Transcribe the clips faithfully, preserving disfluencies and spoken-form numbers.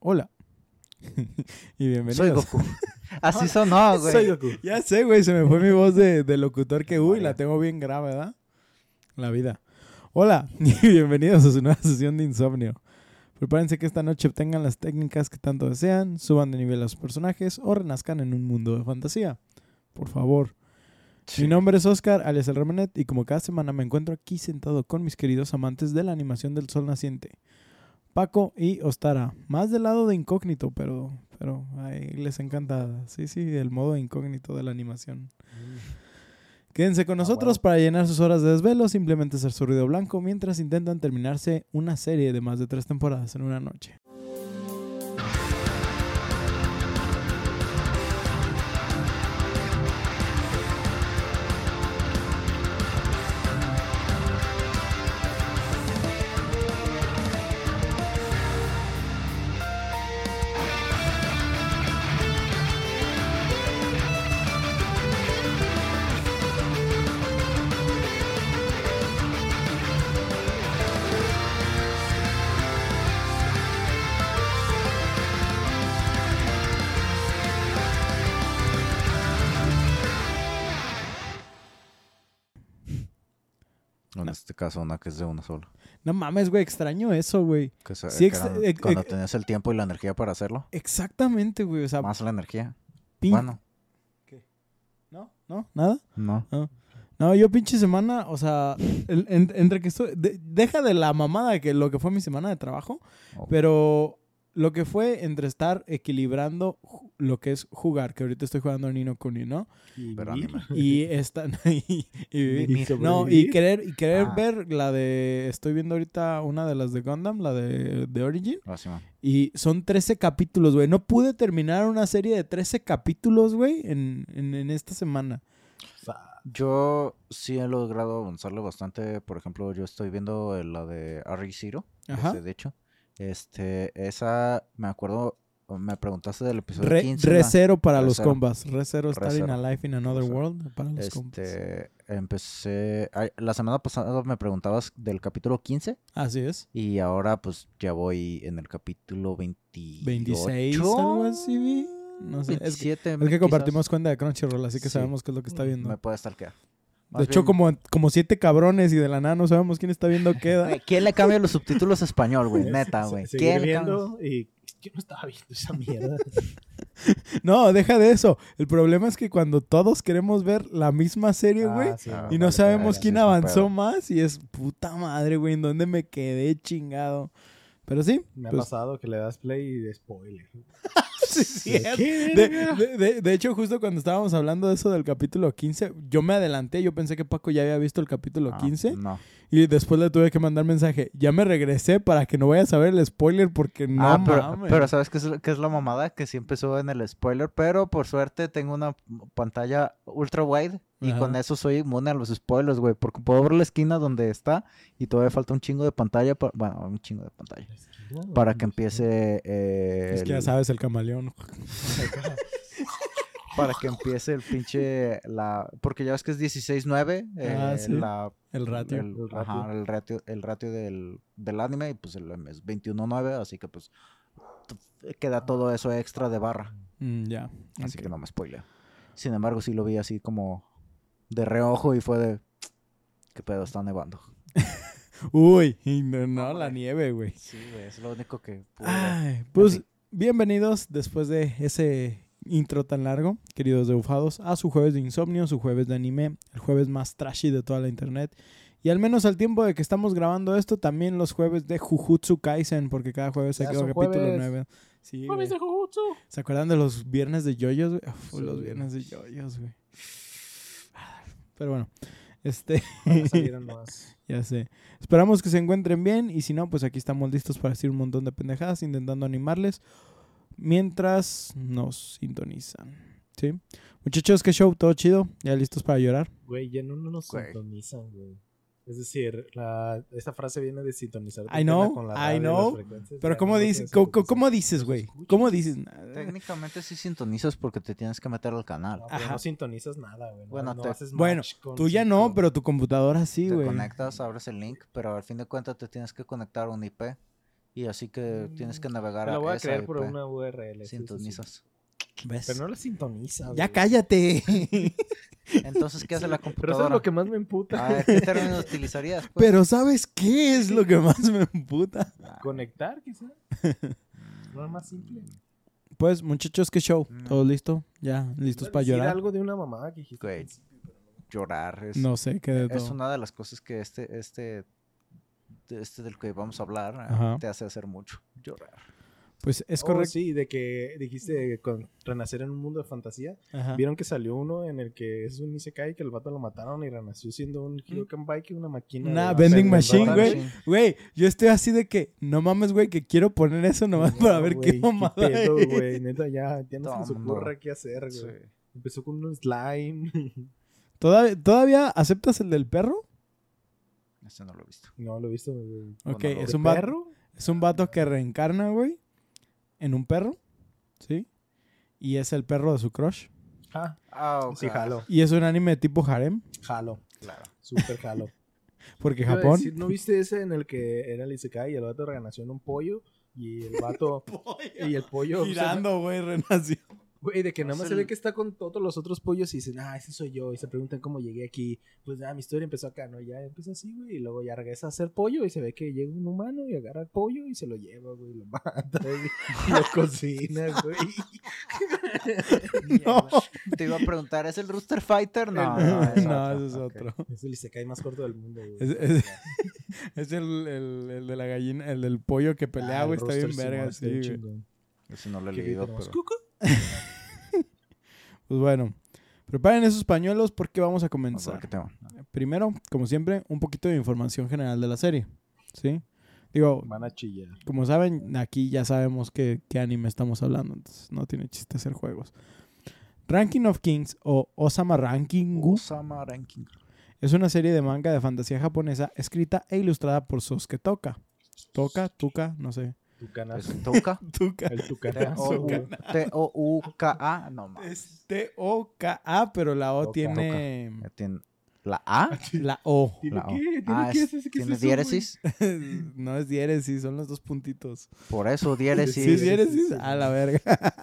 Hola. Y bienvenidos. Soy Goku. Así sonó, güey. Soy Goku. Ya sé, güey, se me fue mi voz de, de locutor que, uy, la tengo bien grave, ¿verdad? La vida. Hola y bienvenidos a su nueva sesión de insomnio. Prepárense que esta noche obtengan las técnicas que tanto desean, suban de nivel a sus personajes o renazcan en un mundo de fantasía. Por favor. Sí. Mi nombre es Oscar, alias el Remenet, y como cada semana me encuentro aquí sentado con mis queridos amantes de la animación del sol naciente, Paco y Ostara. Más del lado de incógnito, pero, pero ahí les encanta, sí, sí, el modo incógnito de la animación. Mm. Quédense con nosotros ah, wow. para llenar sus horas de desvelo, simplemente hacer su ruido blanco mientras intentan terminarse una serie de más de tres temporadas en una noche. En este caso, una que es de una sola. No mames, güey, extraño eso, güey. Que se, sí, que eran, eh, cuando eh, tenías el tiempo y la energía para hacerlo. Exactamente, güey. O sea, más la energía. Pin... Bueno. ¿Qué? ¿No? ¿No? ¿Nada? No. No, no yo pinche semana, o sea, el, en, entre que estoy... De, deja de la mamada que lo que fue mi semana de trabajo, oh. pero... Lo que fue entre estar equilibrando lo que es jugar, que ahorita estoy jugando a Ni no Kuni, ¿no? Y, Pero anime. Y esta y, y, y no, y querer y querer ah. ver la de estoy viendo ahorita una de las de Gundam, la de, de Origin. Oh, sí, y son trece capítulos, güey. No pude terminar una serie de trece capítulos, güey, en, en, en esta semana. Yo sí he logrado avanzarle bastante. Por ejemplo, yo estoy viendo la de Re:Zero, de hecho. Este, esa, me acuerdo, me preguntaste del episodio Re, quince. Re:Zero para Re los combas. Re:Zero Starting a Life in Another Re-Zero. World para los este, combas. Empecé, la semana pasada me preguntabas del capítulo quince. Así es. Y ahora pues ya voy en el capítulo veintiocho. veintiséis, algo así. No sé, veintisiete, es que, es que compartimos cuenta de Crunchyroll, así que sí. sabemos qué es lo que está viendo. Me puede stalkear. Más de hecho, bien... como, como siete cabrones y de la nada no sabemos quién está viendo qué. ¿Quién le cambia los subtítulos a español, güey? Neta, güey. ¿Quién viendo? Y yo no estaba viendo esa mierda. No, deja de eso. El problema es que cuando todos queremos ver la misma serie, güey, ah, sí, y no, no vale, sabemos quién sí, avanzó más y es puta madre, güey, ¿en dónde me quedé chingado? Pero sí. Me pues... ha pasado que le das play y de spoiler. Sí, sí, de, de, de, de hecho, justo cuando estábamos hablando de eso del capítulo quince, yo me adelanté, yo pensé que Paco ya había visto el capítulo ah, quince. No. Y después le tuve que mandar mensaje. Ya me regresé para que no vayas a ver el spoiler porque no ah, pero, mames. Pero ¿sabes qué es, qué es la mamada? Que sí empezó en el spoiler, pero por suerte tengo una pantalla ultra wide. Y Ajá. con eso soy inmune a los spoilers, güey. Porque puedo ver la esquina donde está y todavía falta un chingo de pantalla. Para, bueno, un chingo de pantalla. Para que empiece... Eh, es que ya el... sabes el camaleón. Para que empiece el pinche... la Porque ya ves que es dieciséis nueve. Eh, ah, sí. la, el ratio. El, el, ajá, el ratio, el ratio del, del anime. Y pues el es veintiuno nueve. Así que pues... queda todo eso extra de barra. Mm, ya. Yeah. Así okay. que no me spoileo. Sin embargo, sí lo vi así como... de reojo y fue de... ¿qué pedo? Está nevando. Uy, no, no, la nieve, güey. Sí, güey, es lo único que... Ay, pues así. Bienvenidos después de ese intro tan largo, queridos deufados, a su jueves de insomnio, su jueves de anime, el jueves más trashy de toda la internet. Y al menos al tiempo de que estamos grabando esto, también los jueves de Jujutsu Kaisen, porque cada jueves se queda capítulo nueve. Sí, jueves de Jujutsu. ¿Se acuerdan de los viernes de yoyos, güey? Uf, sí, los viernes de yoyos, güey. Pero bueno, este... ya salieron más. Ya sé. Esperamos que se encuentren bien y si no, pues aquí estamos listos para decir un montón de pendejadas, intentando animarles mientras nos sintonizan. ¿Sí? Muchachos, ¿qué show? ¿Todo chido? ¿Ya listos para llorar? Güey, ya no, no nos güey. sintonizan, güey. Es decir, la, esta frase viene de sintonizar. I know, con la I know. Pero ¿cómo, no dice, ¿cómo, ¿cómo dices, güey? ¿Cómo dices? Técnicamente sí sintonizas porque te tienes que meter al canal. No, pero no sintonizas nada, güey. Bueno, no, te, no haces bueno tú ya no, con... pero tu computadora sí, güey. Te conectas, abres el link, pero al fin de cuentas te tienes que conectar a un I P. Y así que tienes que navegar Me lo voy a esa creer I por P. una U R L. sí, sí, sí. Sintonizas. ¿Ves? Pero no la sintoniza, Ya güey. cállate. Entonces, ¿qué hace la Pero eso computadora? es lo que más me emputa. A ver, ¿qué términos utilizarías? Pues? Pero ¿sabes qué es lo que más me emputa? Ah, Conectar, quizá. No es más simple. Pues, muchachos, ¿qué show? Mm. ¿Todo listo? ¿Ya listos Iba a para decir llorar? algo de una mamá que dijiste. Güey. al principio, pero no. llorar es, No sé, qué de es todo. una de las cosas que este, este, de este del que vamos a hablar eh, Ajá. te hace hacer mucho. Llorar. Pues es Oh, correcto. sí, de que dijiste con renacer en un mundo de fantasía. Ajá. Vieron que salió uno en el que es un isekai que el vato lo mataron y renació siendo un Hirokan Bike, una máquina. Una de- vending de- machine, de- güey. Güey, yo estoy así de que, no mames, güey, que quiero poner eso nomás para ver güey, qué mamada pedo, es. güey. Neta, ya, ya no se nos Todo mundo. ocurre qué hacer, güey. Sí. Empezó con un slime. ¿Todavía, ¿Todavía aceptas el del perro? Este no lo he visto. No, lo he visto. güey. Ok, Bueno, es ¿De un, vato, perro? es un vato que reencarna, güey, en un perro, ¿sí? Y es el perro de su crush. Ah, Ah, ok. sí, jalo. Y es un anime tipo harem, Jalo. Claro. Súper jalo. porque Iba a Japón... decir, ¿no viste ese en el que era el isekai y el vato renació en un pollo? Y el vato... y el pollo... Girando, güey, renació. Güey, de que No nada más sé se el- ve que está con todos los otros pollos y dicen, ah, ese soy yo. Y se preguntan cómo llegué aquí. Pues ah, mi historia empezó acá, ¿no? Ya empieza así, güey. Y luego ya regresa a hacer pollo y se ve que llega un humano y agarra el pollo y se lo lleva, güey. Lo mata, güey. Y lo cocina, güey. No, Te iba a preguntar, ¿es el Rooster Fighter? No, El- no, es no, otro. ese es Ok. otro. Es el isekai más corto del mundo, güey. Es, es- es el, el, el de la gallina, el del pollo que pelea, Ah, güey, el está bien rooster verga, Simón, sí, está bien güey. chingón. Ese no lo he Que leído, tenemos, pero... "Cucu". Pues bueno, preparen esos pañuelos porque vamos a Vamos a ver comenzar. qué tema. Primero, como siempre, un poquito de información general de la serie, ¿sí? Digo, Van a chillar. como saben, aquí ya sabemos qué, qué anime estamos hablando, entonces no tiene chiste hacer juegos. Ranking of Kings o Osama Ranking Osama Ranking. es una serie de manga de fantasía japonesa escrita e ilustrada por Sosuke Toka. Toka, Tuka, no sé. Tucanazo. ¿Es Toka? Tuka. El tucanazo, T-O-U- güey. T O U K A. No mames. Es T O K A, pero la O Toka. tiene Ya tiene- ¿La A? la O. ¿Tiene La O. qué? ¿Tiene Ah, qué? es- ¿Qué es ¿tiene eso, diéresis? No es diéresis, son los dos puntitos. Por eso, diéresis. ¿Sí es sí, diéresis? sí, A sí. la verga.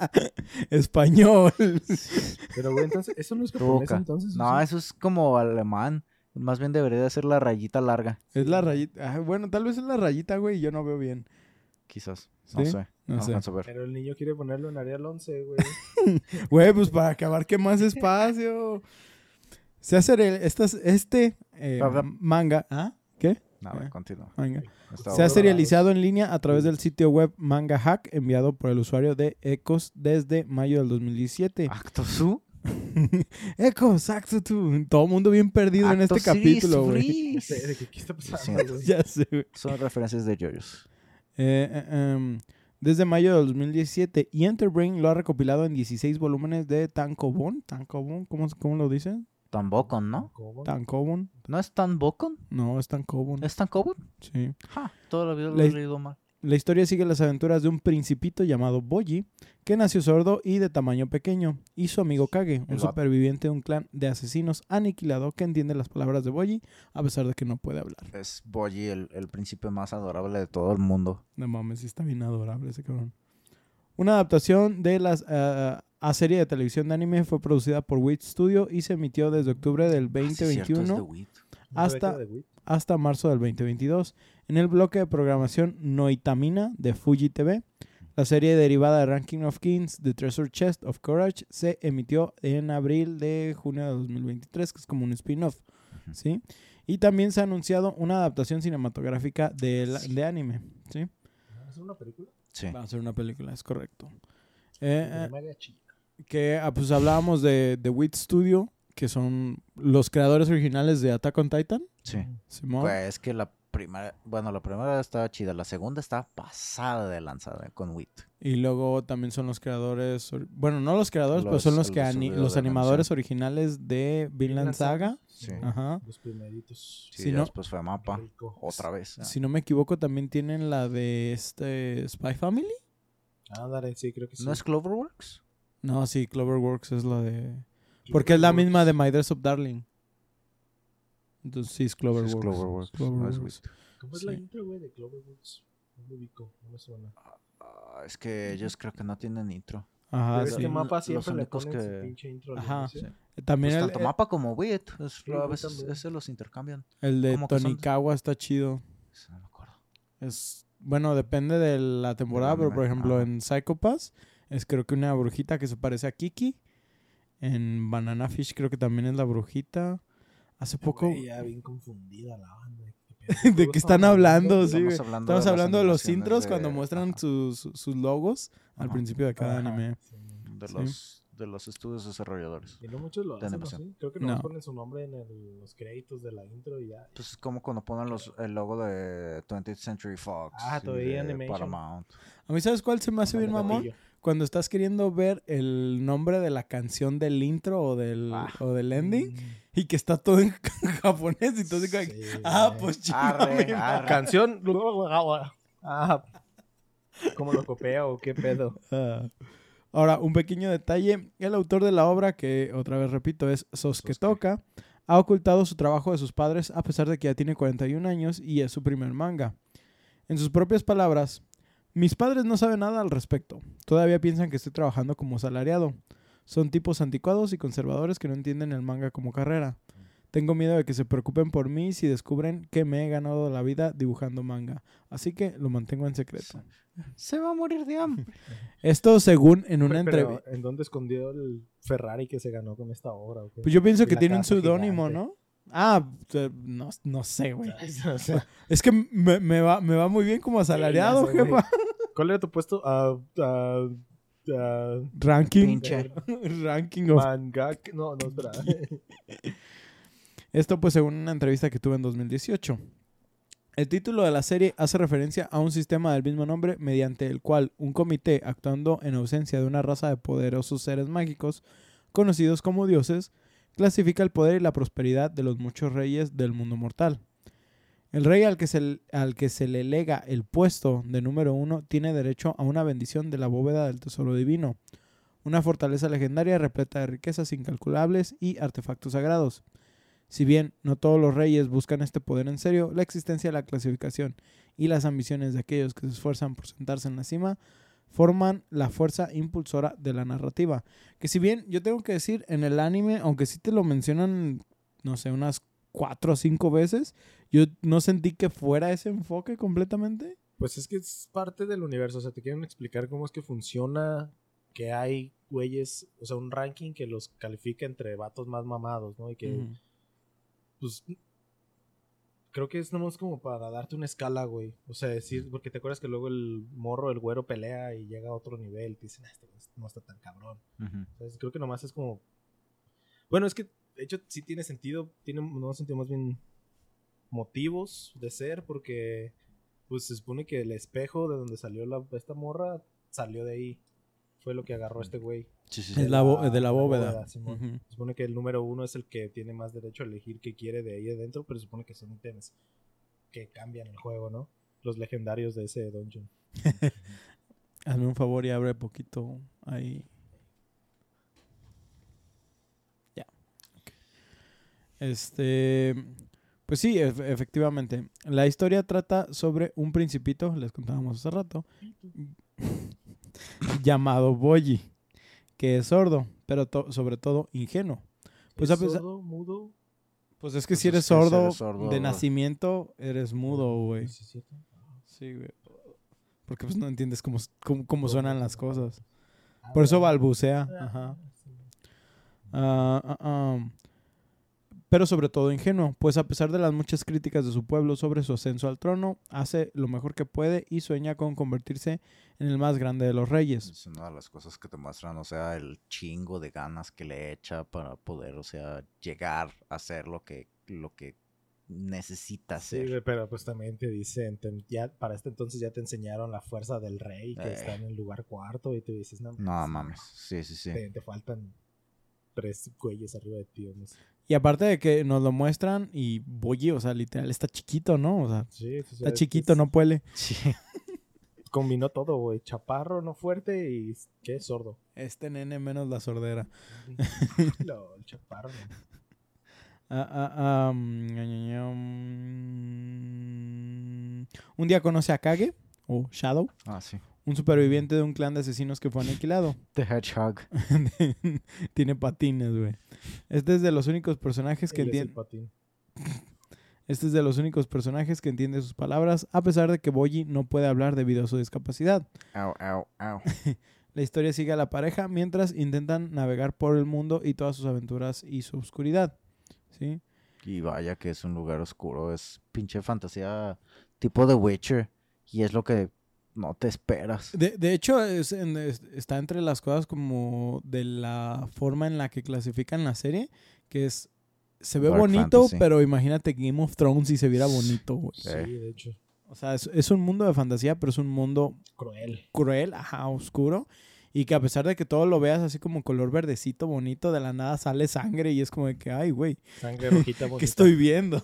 Español. güey? Pero, güey, entonces, ¿eso no es japonés Toka. entonces? No, ¿sí? eso es como alemán. Más bien debería de ser la rayita larga, Es la rayita. Ah, bueno, tal vez es la rayita, güey, y yo no veo bien. quizás. No ¿Sí? sé. No No, sé. alcanzo a ver. Pero el niño quiere ponerlo en Arial once, güey. Güey, pues para acabar que más espacio. Se hace el- estas, este eh, Habla- manga. ¿Ah? ¿Qué? Nada, Eh. continúa. Manga. Estaba Se ha Todos serializado en línea a través del sitio web Manga Hack enviado por el usuario de Ecos desde mayo del dos mil diecisiete. Acto Su. Ecos, Acto tú. Todo el mundo bien perdido en Acto este capítulo, güey. Ya Series. sé, de que, ¿qué está pasando, siento. güey? Ya sé, güey. Son referencias de yoyos. Eh, eh, em, desde mayo del dos mil diecisiete. Y Enterbrain lo ha recopilado en dieciséis volúmenes de Tankobon. Tankobon, ¿cómo, cómo lo dicen? Tanbokon, ¿no? ¿Cómo? Tankobon. Mm. ¿No es Tanbokon? No, es Tankobon. ¿Es Tankobon? Sí. Ja, toda la vida lo La- he leído mal. La historia sigue las aventuras de un principito llamado Boji, que nació sordo y de tamaño pequeño, y su amigo Kage, un El vato. superviviente de un clan de asesinos aniquilado que entiende las palabras de Boji a pesar de que no puede hablar. Es Boji, el, el príncipe más adorable de todo el mundo. No mames, sí está bien adorable ese cabrón. Una adaptación de las ah, a serie de televisión de anime fue producida por Wit Studio y se emitió desde octubre del Ah, sí, veinte cierto, es veintiuno de Wit. ¿No sabía que hasta- era de Wit? hasta marzo del veinte veintidós. En el bloque de programación Noitamina de Fuji T V, la serie derivada de Ranking of Kings, The Treasure Chest of Courage, se emitió en abril de junio de dos mil veintitrés, que es como un spin-off, Ujú. ¿sí? Y también se ha anunciado una adaptación cinematográfica de, la- de anime, ¿sí? ¿Es una película? Sí. Va a ser una película, es correcto. Eh, Que no eh, me haga chillar. que ah, pues hablábamos de, de Wit Studio, que son los creadores originales de Attack on Titan, Sí. Simón. Pues es que la primera, bueno, la primera estaba chida, la segunda estaba pasada de lanzada con Wit. Y luego también son los creadores, or- bueno, no los creadores, pero Los- son los que los ani- subidos los de animadores animación. originales de Vinland Saga. Sí. Ajá. Los primeritos. Sí, Si ya no- después fue Mapa, Rico. otra vez. ya. Si no me equivoco, también tienen la de este Spy Family. Ándale, sí, creo que sí. ¿No es Cloverworks? No, sí, Cloverworks es la de... Porque es la misma de My Dress Up Darling. Entonces sí es Sí, Cloverworks. es Cloverworks, no es Cloverworks. Wit. ¿Cómo es la Sí. intro, güey, de Cloverworks? No lo ubico, no me suena. Ah, es que ellos creo que no tienen intro. Ajá, Pero es sí. que Mapa Los siempre le únicos ponen que- su pinche intro al Ajá. inicio. También Pues el, tanto Mapa como Wit, es- Sí, a Wit veces también. ese los intercambian. el de ¿Cómo que son? Tonikawa está chido. Eso no me acuerdo. Es, bueno, depende de la temporada, pero por anime, ejemplo ajá. en Psycho Pass es creo que una brujita que se parece a Kiki. En Banana Fish creo que también es la brujita. Hace poco... Güey, ya bien confundida la banda. ¿De qué están hablando? Sí, Estamos güey. hablando Estamos de las hablando de los animaciones intros de- cuando muestran ajá. sus, sus logos al Ajá. principio de cada anime. De Sí. los, de los estudios desarrolladores. Y no muchos lo De hacen animación. así. Creo que No. nomás ponen su nombre en el- los créditos de la intro y ya. Pues es como cuando ponen los, el logo de twentieth Century Fox. Ah, y todavía de Animation. Paramount. A mí, ¿sabes cuál se me hace bien Ándale, mamón? gatillo. Cuando estás queriendo ver el nombre de la canción del intro o del, Ah. o del ending Mm, y que está todo en japonés y todo así como que, sí, ah, güey. pues Arre, chingame. arre. Canción. Ah, ¿cómo lo copia o qué pedo? Ah. Ahora, un pequeño detalle. El autor de la obra, que otra vez repito es Sosuke Sosuke. Toka, ha ocultado su trabajo de sus padres a pesar de que ya tiene cuarenta y un años y es su primer manga. En sus propias palabras, mis padres no saben nada al respecto. Todavía piensan que estoy trabajando como asalariado. Son tipos anticuados y conservadores que no entienden el manga como carrera. Tengo miedo de que se preocupen por mí si descubren que me he ganado la vida dibujando manga. Así que lo mantengo en secreto. Se va a morir de hambre. Esto según en una Pero, entrevista. ¿en dónde escondió el Ferrari que se ganó con esta obra? ¿O qué? Pues yo pienso Y que la tiene un casa seudónimo, gigante. ¿no? Ah, eh, no, no sé, güey. O sea, Es que me, me va, me va muy bien como asalariado, Sí, ya sé, güey. jefa. ¿Cuál era tu puesto? Ah, ah, ah, Ranking. Pinche. Ranking of... manga. No, no, espera. Esto pues según una entrevista que tuve en dos mil dieciocho. El título de la serie hace referencia a un sistema del mismo nombre mediante el cual un comité, actuando en ausencia de una raza de poderosos seres mágicos conocidos como dioses, clasifica el poder y la prosperidad de los muchos reyes del mundo mortal. El rey al que se, al que se le lega el puesto de número uno tiene derecho a una bendición de la bóveda del tesoro divino, una fortaleza legendaria repleta de riquezas incalculables y artefactos sagrados. Si bien no todos los reyes buscan este poder en serio, la existencia de la clasificación y las ambiciones de aquellos que se esfuerzan por sentarse en la cima forman la fuerza impulsora de la narrativa. Que si bien yo tengo que decir, en el anime, aunque sí te lo mencionan, no sé, unas cuatro o cinco veces, yo no sentí que fuera ese enfoque completamente. Pues es que es parte del universo. O sea, te quieren explicar cómo es que funciona. Que hay güeyes, o sea, un ranking que los califica entre vatos más mamados, ¿no? Y que, Ujú. pues, creo que es nomás como para darte una escala, güey. O sea, decir, porque te acuerdas que luego el morro, el güero pelea y llega a otro nivel. Te dicen, ah, este güey no está tan cabrón. Ujú. Entonces, creo que nomás es como... Bueno, es que, de hecho, sí tiene sentido. Tiene, no sentido, más bien motivos de ser, porque, pues, se supone que el espejo de donde salió la, esta morra salió de ahí. Fue lo que agarró a este güey. Sí, sí, sí. Es la, bo- de la bóveda. Simón. Ujú. Se supone que el número uno es el que tiene más derecho a elegir qué quiere de ahí adentro, pero se supone que son ítems que cambian el juego, ¿no? Los legendarios de ese dungeon. Hazme un favor y abre poquito ahí. Ya. Ok. Este. Pues sí, ef- efectivamente. La historia trata sobre un principito, les contábamos hace rato, llamado Boyi, que es sordo, pero to- sobre todo ingenuo. Pues, ¿Es a pesar- sordo, mudo? pues es que Pues si es eres que si sordo, eres sordo, de güey. nacimiento, eres mudo, güey. Sí, sí, sí. Sí, güey. Porque pues no entiendes cómo, cómo, cómo suenan las cosas. Ah, Por eso bueno. balbucea. Ah, Ajá. sí. Ah, ah, ah. Pero sobre todo ingenuo, pues a pesar de las muchas críticas de su pueblo sobre su ascenso al trono, hace lo mejor que puede y sueña con convertirse en el más grande de los reyes. Es una de las cosas que te muestran, o sea, el chingo de ganas que le echa para poder, o sea, llegar a hacer lo que, lo que necesita Sí, hacer. güey, pero pues también te dicen, te- ya para este entonces ya te enseñaron la fuerza del rey que Eh. está en el lugar cuarto y te dices, no, No mames, sí, sí, sí. Te, te faltan tres güeyes arriba de ti. ¿No? Y aparte de que nos lo muestran y Boyi, o sea, literal está chiquito, ¿no? O sea, Sí, sí, sí, está es- chiquito, no puede. Sí. Combinó todo, güey. Chaparro, no fuerte y qué sordo. Este nene menos la sordera. Lo, el chaparro. ¿no? Ah, ah, ah, mm, ña, ña, ña, mm. Un día conoce a Kage, o Shadow, Ah, sí. un superviviente de un clan de asesinos que fue aniquilado. The Hedgehog. Tiene patines, güey. Este es de los únicos personajes que Él es el entiende. patín. Este es de los únicos personajes que entiende sus palabras, a pesar de que Boyi no puede hablar debido a su discapacidad. Au, au, au. La historia sigue a la pareja mientras intentan navegar por el mundo y todas sus aventuras y su oscuridad. ¿Sí? Y vaya que es un lugar oscuro. Es pinche fantasía tipo The Witcher. Y es lo que no te esperas. De, de hecho, es en- es- está entre las cosas como de la forma en la que clasifican la serie, que es... Se ve Dark bonito, fantasy. pero imagínate Game of Thrones si se viera bonito, güey. Sí, Eh. de hecho. O sea, es, es un mundo de fantasía, pero es un mundo Cruel. cruel, ajá, oscuro. Y que a pesar de que todo lo veas así como color verdecito, bonito, de la nada sale sangre y es como de que, ay, güey, Sangre rojita bonita. ¿qué estoy viendo?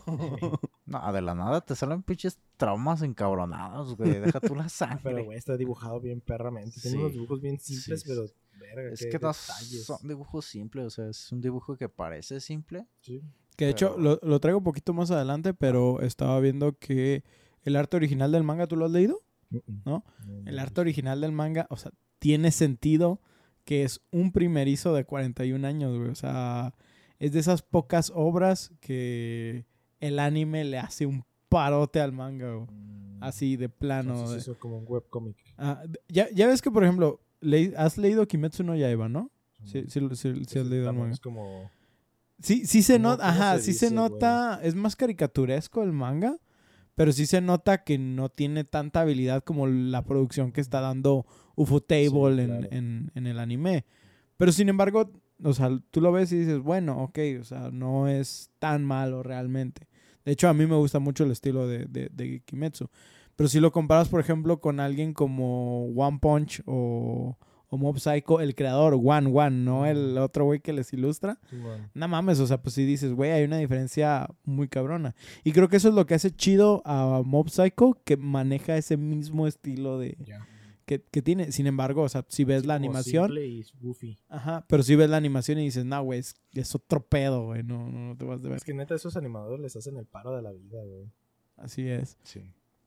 No, de la nada te salen pinches traumas encabronados, güey. Deja tú la sangre. Pero, güey, está dibujado bien perramente. Tiene Sí. unos dibujos bien simples, Sí. pero, verga, es qué que no detalles. son dibujos simples. O sea, es un dibujo que parece simple. Sí. Que de hecho, Pero- lo, lo traigo un poquito más adelante, pero estaba viendo que el arte original del manga, ¿tú lo has leído? ¿No? El arte original del manga, o sea, tiene sentido que es un primerizo de cuarenta y un años, güey. O sea, es de esas pocas obras que el anime le hace un parote al manga, güey. Mm. Así de plano. Entonces de- hizo como un webcomic. Ah, d- ya, ya ves que, por ejemplo, le- has leído Kimetsu no Yaiba, ¿no? Sí, sí, sí, sí, sí has leído el También manga. Es como... Sí, sí se ¿Cómo- nota, cómo ajá, se sí se dice, nota, es más caricaturesco el manga, pero sí se nota que no tiene tanta habilidad como la producción que está dando Ufotable Sí, en, claro. en, en el anime. Pero sin embargo, o sea, tú lo ves y dices, bueno, ok, o sea, no es tan malo realmente. De hecho, a mí me gusta mucho el estilo de, de, de Kimetsu. Pero si lo comparas, por ejemplo, con alguien como One Punch o, o Mob Psycho, el creador, One One, no el otro güey que les ilustra. Sí, bueno. No mames, o sea, pues si dices, güey, hay una diferencia muy cabrona. Y creo que eso es lo que hace chido a Mob Psycho, que maneja ese mismo estilo de Ya. que, que tiene. Sin embargo, o sea, si ves Sí, la como animación, simple y goofy. ajá, pero si ves la animación y dices, no, güey, es, es otro pedo, güey, no, no, no te vas a ver. Es que neta, esos animadores les hacen el paro de la vida, güey. Así es. Sí.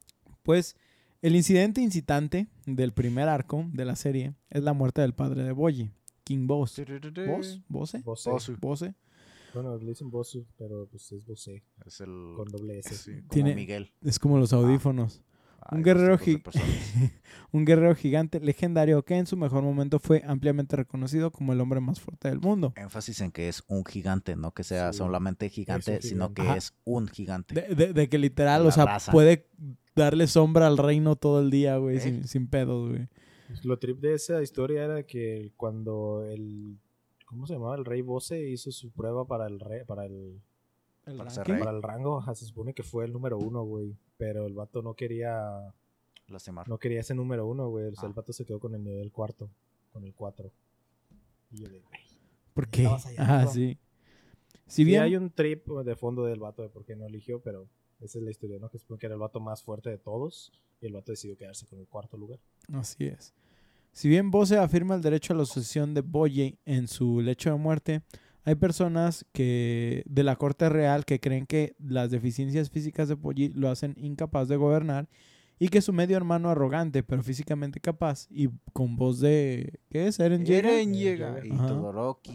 Pues el incidente incitante del primer arco de la serie es la muerte del padre de Boyi, King Boss. ¿Boss? ¿Bose? Bose. Bosu. ¿Bose? Bueno, le dicen Bosu, pero pues es Bose. Es el... Con doble S. Sí, como Tiene- Miguel. Es como los audífonos. Ay, un guerrero los tipos de gi- personas. Un guerrero gigante legendario que en su mejor momento fue ampliamente reconocido como el hombre más fuerte del mundo. Énfasis en que es un gigante, no que sea Sí, solamente gigante, es un sino gigante. que Ajá. es un gigante. De, de- de que literal, La o sea, raza. puede darle sombra al reino todo el día, güey, ¿Eh? sin, sin pedos, güey. Pues lo trip de esa historia era que cuando el... ¿Cómo se llamaba? El rey Bose hizo su prueba para el rey, para el, El Para ser ranking. rey. para el rango. Ajá, se supone que fue el número uno, güey. Pero el vato no quería... Lastimar. No quería ese número uno, güey. O sea, Ah. el vato se quedó con el nivel cuarto. Con el cuatro. Y yo de, güey. ¿Por qué? Estabas allá Ah, arriba. sí. Si Sí, bien, hay un trip de fondo del vato de por qué no eligió, pero esa es la historia, ¿no? Que supone que era el vato más fuerte de todos y el vato decidió quedarse con el cuarto lugar. así es. Si bien Bose afirma el derecho a la sucesión de Boye en su lecho de muerte, hay personas que de la corte real que creen que las deficiencias físicas de Boye lo hacen incapaz de gobernar y que su medio hermano arrogante pero físicamente capaz y con voz de ¿qué es? Eren Yeager? Eren llega. llega. Y Ajá. Todoroki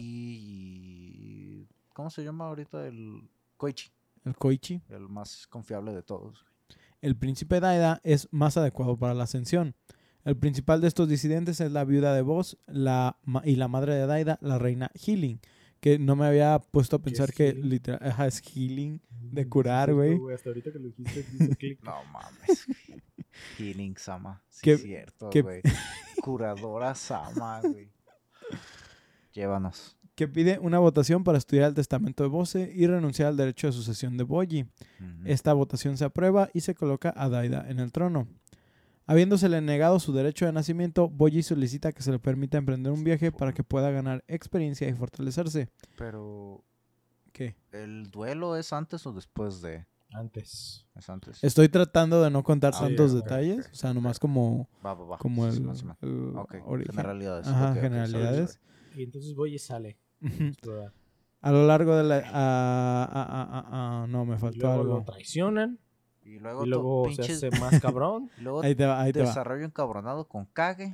y... ¿Cómo se llama ahorita? El Koichi. El Koichi. El más confiable de todos. El príncipe Daida es más adecuado para la ascensión. El principal de estos disidentes es la viuda de Boss la, ma- y la madre de Daida, la reina Healing. Que no me había puesto a ¿Qué pensar es que healing? literal ajá, es Healing. De Mm, curar, sí, güey. cierto, Hasta ahorita que lo dijiste, hizo clic. No mames. Healing Sama. Sí, ¿Qué- es cierto, qué- güey. Curadora Sama, güey. Llévanos. Que pide una votación para estudiar el testamento de Bose y renunciar al derecho de sucesión de Boyi. Ujú. Esta votación se aprueba y se coloca a Daida en el trono. Habiéndosele negado su derecho de nacimiento, Boyi solicita que se le permita emprender un viaje para que pueda ganar experiencia y fortalecerse. Pero... ¿Qué? ¿El duelo es antes o después de...? Antes. Es antes. Estoy tratando de no contar Ah, tantos ok, ok, detalles, ok. o sea, nomás como, Va, va, va. como Sí, el, sí, más o menos. el Ok, origen. generalidades. Ajá, Ok, ok, generalidades. sorry, Y entonces voy y sale a Ujú. explorar. A lo largo de la... ah, ah, ah, ah, ah, no, me Y faltó luego algo. lo traicionan Y luego, Y luego to- se pinches... hace más cabrón. y luego Ahí te va, ahí te va. desarrollo encabronado con Kage.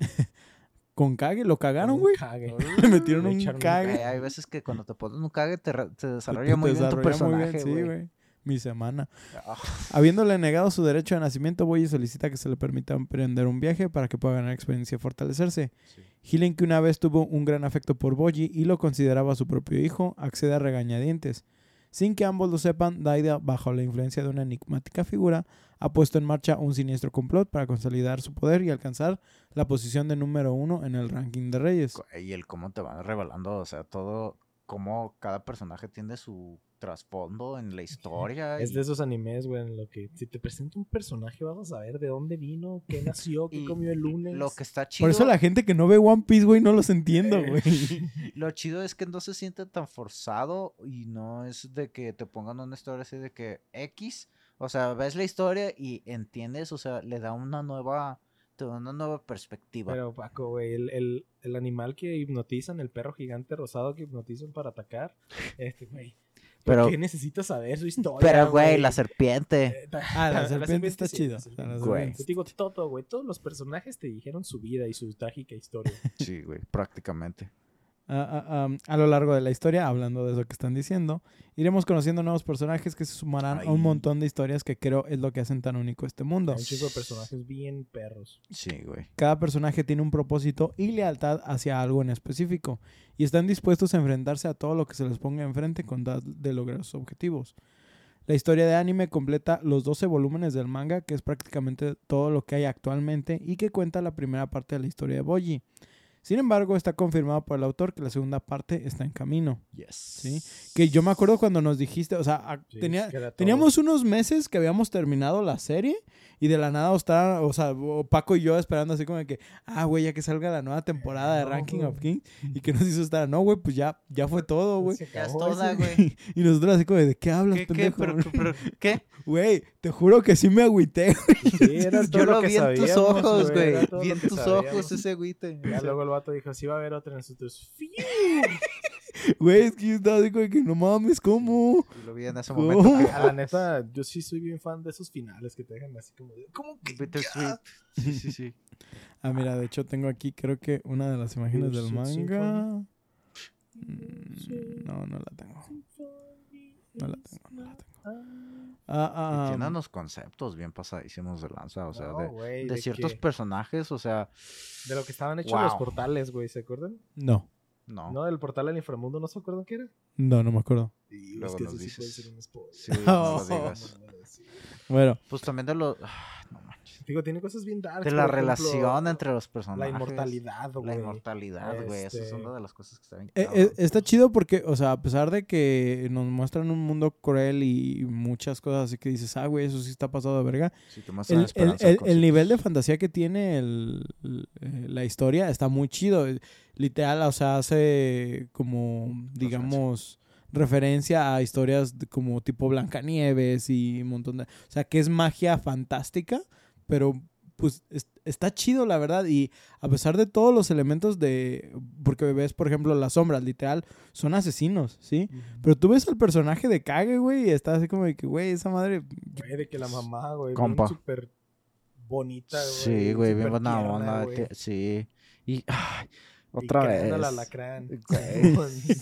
Con Kage, lo cagaron, Un güey. cague. Le metieron Le un echaron un Kage. Eh, hay veces que cuando te pones un Kage te, re- te Te- desarrolla te muy bien tu desarrolla muy bien, personaje, sí, güey. güey. Mi semana. Ah, Habiéndole negado su derecho de nacimiento, Boyi solicita que se le permita emprender un viaje para que pueda ganar experiencia y fortalecerse. sí. Healing, que una vez tuvo un gran afecto por Boyi y lo consideraba su propio hijo, accede a regañadientes. Sin que ambos lo sepan, Daida, bajo la influencia de una enigmática figura, ha puesto en marcha un siniestro complot para consolidar su poder y alcanzar la posición de número uno en el ranking de reyes. Y el cómo te van revelando, o sea, todo, cómo cada personaje tiene su trasfondo en la historia. Es y- de esos animes, güey, en lo que si te presenta un personaje vas a saber de dónde vino, qué nació, qué Y comió el lunes. Lo que está chido. Por eso la gente que no ve One Piece, güey, no los entiendo, güey. Lo chido es que no se siente tan forzado y no es de que te pongan una historia así de que X, o sea, ves la historia y entiendes, o sea, le da una nueva, te da una nueva perspectiva. Pero Paco, güey, el, el, el animal que hipnotizan, el perro gigante rosado que hipnotizan para atacar, este, güey. ¿Por Pero- qué necesitas saber su historia? Pero, güey, la serpiente. Eh, Ah, la serpiente está sí, chida. la O sea, serpiente. la Güey. serpiente Te digo todo, güey. Todos los personajes te dijeron su vida y su trágica historia. Sí, güey, prácticamente. Ah, ah, ah, a lo largo de la historia, hablando de eso que están diciendo, iremos conociendo nuevos personajes que se sumarán a un Ay. montón de historias que creo es lo que hacen tan único este mundo. Hay un chico de personajes bien perros. Sí, güey. Cada personaje tiene un propósito y lealtad hacia algo en específico y están dispuestos a enfrentarse a todo lo que se les ponga enfrente con tal de lograr sus objetivos. La historia de anime completa los doce volúmenes del manga, que es prácticamente todo lo que hay actualmente y que cuenta la primera parte de la historia de Boji. Sin embargo, está confirmado por el autor que la segunda parte está en camino. Yes. Sí. Que yo me acuerdo cuando nos dijiste, o sea, a- Sí, tenía, que era todo. teníamos unos meses que habíamos terminado la serie y de la nada está, o sea, o Paco y yo esperando así como de que, ah, güey, ya que salga la nueva temporada de No, Ranking güey. of Kings y que nos hizo estar, no, güey, pues ya, ya fue todo, güey. Se Ya es acabó toda, ese- güey. Y nosotros así como de, ¿de qué hablas, ¿Qué, qué? pendejo? ¿Pero, pero, ¿qué? Güey, te juro que sí me agüité. Sí, era todo Yo lo que vi en tus sabíamos, ojos, güey. era todo Vi lo en que tus sabíamos. ojos ese güite. Ya luego el vato dijo, sí va a haber otra en nosotros. ¡Fiu! Güey, es que yo estaba así como de que no mames, ¿cómo? Y lo vi en ese ¿Cómo? momento. que- A la neta, yo sí soy bien fan de esos finales que te dejan así como de, ¿cómo que Bittersweet. Sí, sí, sí. Ah, mira, de hecho tengo aquí creo que una de las imágenes del Bittersweet manga. Mm, No, no la tengo. No la tengo, no la tengo. Ah, ah, Y ah, tiene unos conceptos bien pasadísimos de lanza, o sea, No, de, güey, de de ciertos que- personajes, o sea, De lo que estaban hechos Wow. los portales, güey, ¿se acuerdan? no, no. No, del portal al inframundo, ¿no se acuerdan qué era? no, no me acuerdo. Y Luego es que nos ese sí puede dices. ser un spoiler. Sí, no lo Oh. digas. No, no, no, sí. Bueno, Pues también de los... ah, no manches. Digo, tiene cosas bien dark. De la relación entre los personajes. La inmortalidad, güey. La inmortalidad, güey. Esa es Este- una de las cosas que está bien eh, cabrón. eh, está chido porque, o sea, a pesar de que nos muestran un mundo cruel y muchas cosas así que dices, ah, güey, eso sí está pasado de verga. Sí, te muestran El, el, esperanza el- con el sus- nivel de fantasía que tiene el- el- eh, la historia está muy chido. Literal, o sea, hace como, digamos, referencia a historias de- como tipo Blancanieves y un montón de... O sea, que es magia fantástica, pero pues es- está chido, la verdad. Y a pesar de todos los elementos de... Porque ves, por ejemplo, las sombras, literal, son asesinos, ¿sí? Ujú. Pero tú ves al personaje de Kage, güey, y está así como de que, güey, esa madre... Güey, de que la mamá, güey, Compa. bien súper bonita, güey. Sí, güey, bien súper buena tierna, onda. güey. que- Sí. Y... ay, Y otra creando vez. al alacrán. Güey.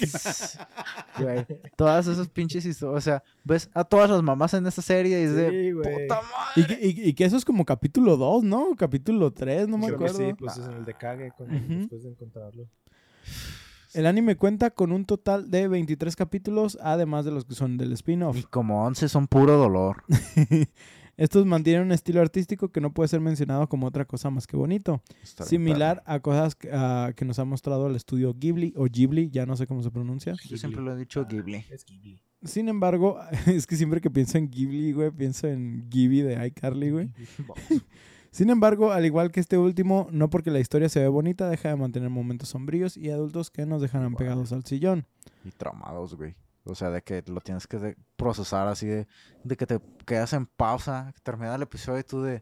Güey, todas esas pinches historias. O sea, ves a todas las mamás en esta serie y es de Sí, güey. puta Y madre. que, y- y que eso es como capítulo dos, ¿no? Capítulo tres, no me Creo que acuerdo. sí, pues es en el de Kage con- Ujú. después de encontrarlo. El anime cuenta con un total de veintitrés capítulos, además de los que son del spin-off. Y como once son puro dolor. Estos mantienen un estilo artístico que no puede ser mencionado como otra cosa más que bonito. Está bien Similar perro. a cosas que, ah, que nos ha mostrado el estudio Ghibli o Ghibli, ya no sé cómo se pronuncia. Yo siempre lo he dicho Ghibli. Es Ghibli. Sin embargo, es que siempre que pienso en Ghibli, güey, pienso en Ghibli de iCarly, güey. Sin embargo, al igual que este último, no porque la historia se ve bonita, deja de mantener momentos sombríos y adultos que nos dejarán Igual. pegados al sillón. Y traumados, güey. O sea, de que lo tienes que de- procesar así de, de que te quedas en pausa, que termina el episodio y tú de...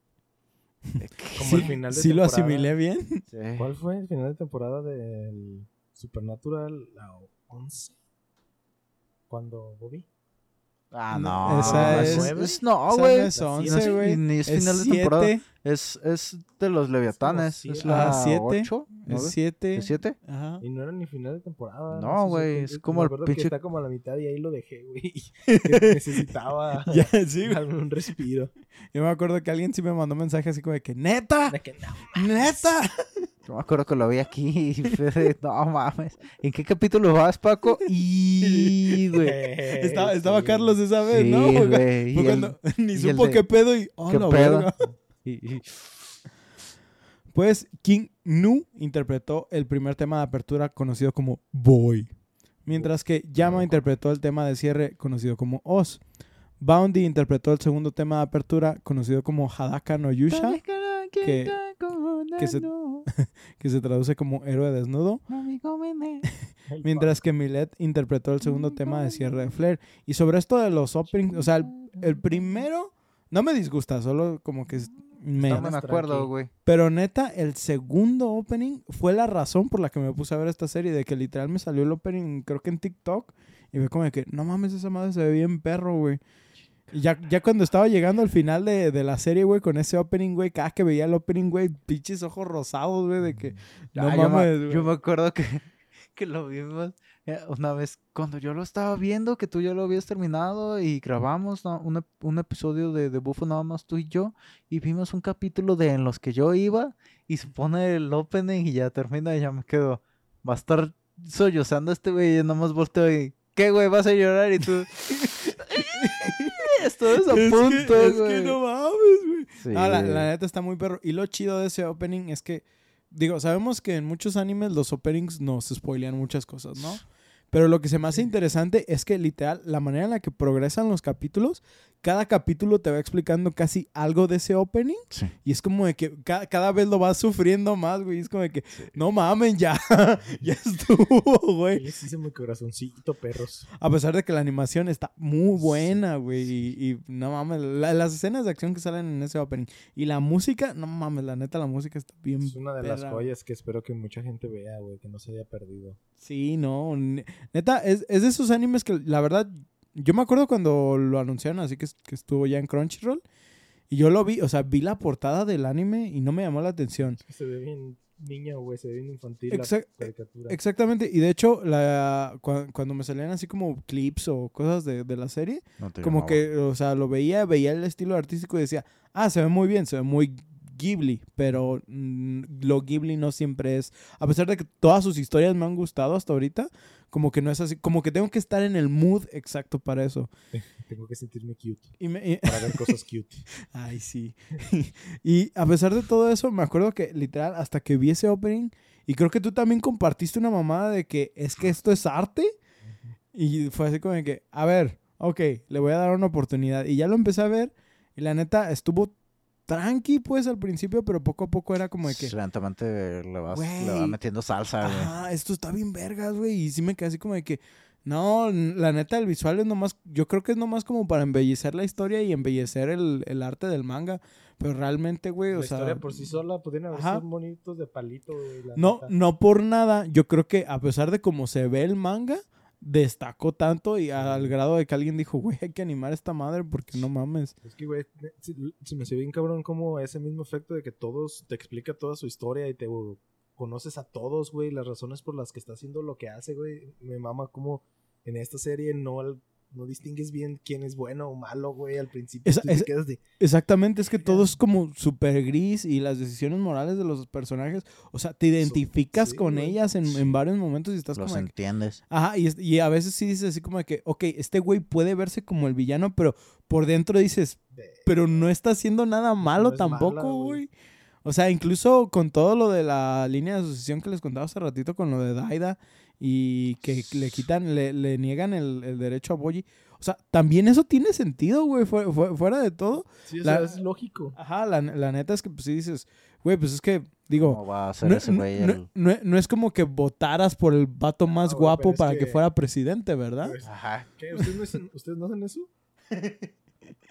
de que- Como Sí, el final de sí lo temporada. asimilé bien. Sí. ¿Cuál fue el final de temporada del Supernatural? La once. Cuando Bobby. Ah, No, no. esa es, es- es- no, Esa güey. no es No once, es- güey. Ni es Es final de temporada. siete. Es, es de los Leviatanes. siete. Es la Ah, siete. ocho. Es siete. ¿Es siete? Ajá. Y no era ni final de temporada. No, sé, güey, sé, es sé, como me el acuerdo pinche- que está como a la mitad y ahí lo dejé, güey. Que necesitaba Ya, sí, güey. darme un respiro. Yo me acuerdo que alguien sí me mandó mensaje así como de que, ¡neta! De que no. ¡Neta! Yo me acuerdo que lo vi aquí y fue de, no mames. ¿En qué capítulo vas, Paco? Y, güey. Estaba, estaba Sí. Carlos esa vez, Sí, ¿no? Fue, güey. fue Y cuando el- ni y el supo de- qué pedo y... ¡Oh, ¿Qué la pedo? verga! y- y- Pues King Nu interpretó el primer tema de apertura conocido como Boy, mientras que Yama interpretó el tema de cierre conocido como Oz. Boundy interpretó el segundo tema de apertura conocido como Hadaka no Yusha, que- que se- que se traduce como héroe desnudo, mientras que Millet interpretó el segundo tema de cierre de Flare. Y sobre esto de los openings, o sea, el, el primero no me disgusta, solo como que es me. No Está me más acuerdo, tranqui. güey. Pero neta, el segundo opening fue la razón por la que me puse a ver esta serie, de que literal me salió el opening, creo que en TikTok, y fue como de que, no mames, esa madre se ve bien perro, güey. Y ya, ya cuando estaba llegando al final de, de la serie, güey, con ese opening, güey, cada que veía el opening, güey, pinches ojos rosados, güey, de que, no Ah, yo, mames, me, güey. yo me acuerdo que, que lo vimos eh, una vez cuando yo lo estaba viendo, que tú ya lo habías terminado y grabamos, ¿no? un, ep- un episodio de, de Bufo nada más tú y yo, y vimos un capítulo de en los que yo iba y se pone el opening y ya termina y ya me quedo, va a estar sollozando este güey y yo nada más volteo y, ¿qué güey? ¿Vas a llorar? Y tú... Esto es a Es punto, que, es güey. que no mames, güey. Sí. No, la, la neta está muy perro. Y lo chido de ese opening es que, digo, sabemos que en muchos animes los openings nos spoilean muchas cosas, ¿no? Pero lo que se me hace interesante es que literal, la manera en la que progresan los capítulos, cada capítulo te va explicando casi algo de ese opening. Sí. Y es como de que ca- cada vez lo vas sufriendo más, güey. Es como de que, no mamen, ya, ya estuvo, güey. Les hice mi corazoncito, perros. A pesar de que la animación está muy buena, güey. Y, y no mames, la- las escenas de acción que salen en ese opening. Y la música, no mames, la neta, la música está bien. Es una de las perra. joyas que espero que mucha gente vea, güey, que no se haya perdido. Sí, no. ne- Neta, es, es de esos animes que la verdad, yo me acuerdo cuando lo anunciaron, así que, que estuvo ya en Crunchyroll. Y yo lo vi, o sea, vi la portada del anime y no me llamó la atención. Se ve bien niño, güey, se ve bien infantil Exact- la caricatura. Exactamente, y de hecho, la, cua- cuando me salían así como clips o cosas de, de la serie, No te como llamaba. que, o sea, lo veía, veía el estilo artístico y decía, ah, se ve muy bien, se ve muy Ghibli, pero mm, lo Ghibli no siempre es, a pesar de que todas sus historias me han gustado hasta ahorita, como que no es así, como que tengo que estar en el mood exacto para eso. Tengo que sentirme cute Y me, y- para ver cosas cute. Ay, sí. Y a pesar de todo eso, me acuerdo que literal, hasta que vi ese opening, y creo que tú también compartiste una mamada de que es que esto es arte, y fue así como de que, a ver, ok, le voy a dar una oportunidad. Y ya lo empecé a ver, y la neta estuvo tranqui, pues, al principio, pero poco a poco era como de que, Lentamente le vas, le Güey. vas metiendo salsa, güey. ah, esto está bien vergas, güey. Y sí me quedé así como de que, no, n- la neta, el visual es nomás, yo creo que es nomás como para embellecer la historia y embellecer el, el arte del manga. Pero realmente, güey, o La sea, historia por sí sola pudieron haber Ajá. sido bonitos de palito, güey. la no, neta. no por nada, yo creo que a pesar de cómo se ve el manga, destacó tanto y al grado de que alguien dijo, güey, hay que animar esta madre porque no mames. Es que, güey, se, se me hace bien cabrón como ese mismo efecto de que todos te explica toda su historia y te uh, conoces a todos, güey, las razones por las que está haciendo lo que hace, güey. Me mama como en esta serie no, no distingues bien quién es bueno o malo, güey, al principio. Esa- tú te esa- quedas de... Exactamente, es que todo es como súper gris y las decisiones morales de los personajes, o sea, te identificas sí, con güey. ellas en, en varios momentos y estás Los como de que- entiendes. ajá, y, es- y a veces sí dices así como de que, ok, este güey puede verse como el villano, pero por dentro dices, de- pero no está haciendo nada malo es tampoco, mala, güey. güey. O sea, incluso con todo lo de la línea de asociación que les contaba hace ratito con lo de Daida y que le quitan, le, le niegan el, el derecho a Boji. O sea, también eso tiene sentido, güey, fu- fu- fuera de todo. Sí, o la- sea, es lógico. Ajá, la, la neta es que pues sí dices, güey, pues es que, digo, ¿Cómo va a ser no, ese no- güey no- el...? no- no es como que votaras por el vato No, más güey, guapo pero es para que... que- fuera presidente, ¿verdad? Pues, Ajá. ¿Qué? ¿Ustedes no, hacen, ¿Ustedes no hacen eso?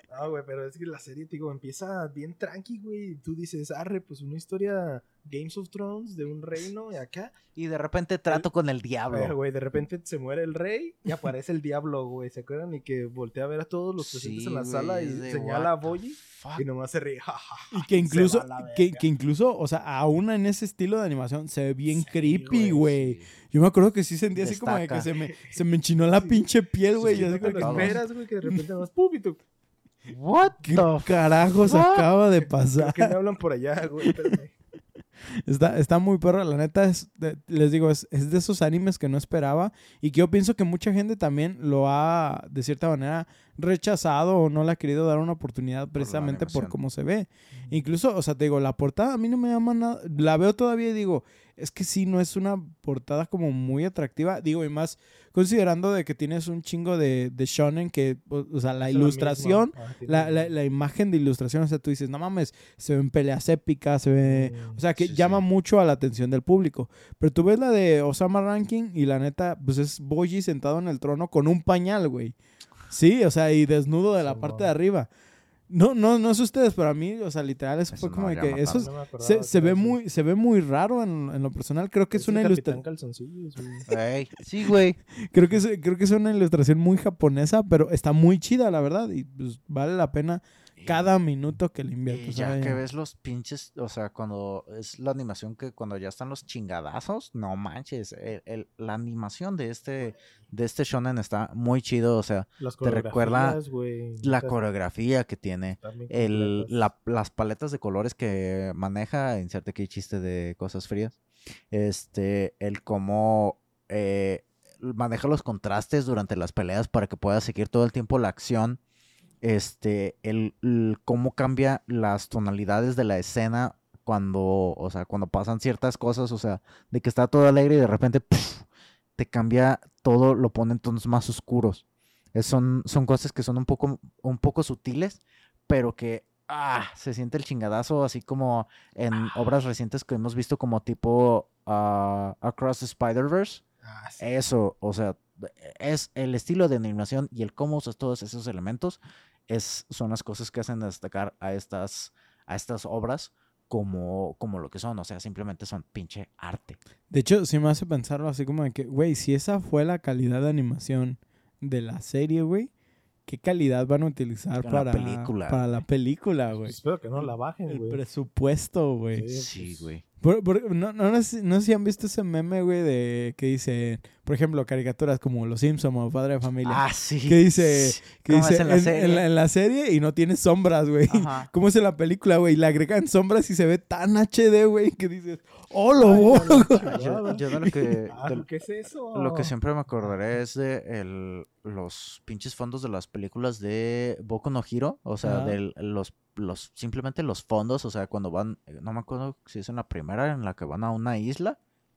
Ah, güey, pero es que la serie, te digo, empieza bien tranqui, güey. Y tú dices, arre, pues una historia Games of Thrones de un reino y acá. Y de repente trato con el Eh, diablo. güey, de repente se muere el rey y aparece el diablo, güey. ¿Se acuerdan? Y que voltea a ver a todos los presentes Sí, en la güey, sala y es de, señala a what the Boyi fuck. y nomás se ríe. Ja, ja, ja, Y que incluso, se va a la que, verga. que incluso, o sea, aún en ese estilo de animación se ve bien Sí, creepy, güey, güey. Sí. Yo me acuerdo que sí sentía así como de que Destaca. se me, se me enchinó la Sí. pinche piel, güey. Sí, y así no te como lo que, todos. esperas, güey, que de repente vas pum y tú. What ¿Qué the carajos fuck? acaba de ¿Por pasar? qué me hablan por allá, güey? Espérame. Está, está muy perro, la neta, es de- les digo, es, es de esos animes que no esperaba y que yo pienso que mucha gente también lo ha, de cierta manera, rechazado o no le ha querido dar una oportunidad precisamente por, animación. cómo se ve. Incluso, o sea, te digo, la portada a mí no me llama nada, la veo todavía y digo, es que sí, no es una portada como muy atractiva, digo, y más considerando de que tienes un chingo de, de shonen que, o, o sea, la Es ilustración, misma. Ah, tiene la, lo la, mismo. la imagen de ilustración, o sea, tú dices, no mames, se ven peleas épicas, se ve... Mm, O sea, que sí, llama sí. mucho a la atención del público. Pero tú ves la de Osama Ranking y la neta, pues es Boji sentado en el trono con un pañal, güey. Sí, o sea, y desnudo de la Simón. parte de arriba. No, no, no sé ustedes, pero a mí, o sea, literal, eso, Eso fue no como de llama que eso es- No me acordaba se, que se era ve así. muy, se ve muy raro en, en lo personal. Creo que es, Es una el Capitán ilustración. Calzoncillos, güey. Ey, sí, güey. Creo que es, creo que es una ilustración muy japonesa, pero está muy chida, la verdad. Y pues vale la pena cada minuto que le Y inviertes. ya o sea, que ves los pinches, o sea, cuando es la animación que cuando ya están los chingadazos, no manches, el- el- la animación de este, de este shonen está muy chido, o sea, Las Te recuerda coreografías, güey. la neta, coreografía que tiene, están bien el, completas. la- las paletas de colores que maneja, inserte aquí chiste de cosas frías, este, el cómo eh, maneja los contrastes durante las peleas para que pueda seguir todo el tiempo la acción, este, el, el cómo cambia las tonalidades de la escena cuando, o sea, cuando pasan ciertas cosas, o sea, de que está todo alegre y de repente ¡puf! Te cambia todo, lo pone en tonos más oscuros. Es- son, son cosas que son un poco, un poco sutiles, pero que ah, se siente el chingadazo, así como en obras recientes que hemos visto como tipo ah, Across the Spider-Verse. Ah, sí. Eso, o sea, es el estilo de animación y el cómo usas todos esos elementos es, son las cosas que hacen destacar a estas, a estas obras como, como lo que son, o sea, simplemente son pinche arte. De hecho, sí me hace pensarlo así como de que, güey, si esa fue la calidad de animación de la serie, güey, ¿qué calidad van a utilizar En la para, película, para la güey. película, güey? Espero que no la bajen, El güey. presupuesto, güey. Sí. Sí, pues, güey. Por- por- no, no, no sé, no sé si han visto ese meme, güey, de que dice, por ejemplo, caricaturas como Los Simpsons o Padre de Familia. Ah, sí. ¿Qué dice? Que ¿Cómo dice es en la serie? en la, en la serie y no tiene sombras, güey. Ajá. ¿Cómo es en la película, güey? Le agregan sombras y se ve tan H D, güey, que dices, ¡oh, lo Ay, borro! no, güey". la Yo, chingada. yo de lo que, Ah, de ¿qué es eso? lo que siempre me acordaré es de el, los pinches fondos de las películas de Boku no Hero, o sea, Ajá. de los, los, simplemente los fondos, o sea, cuando van, no me acuerdo si es en la primera en la que van a una isla,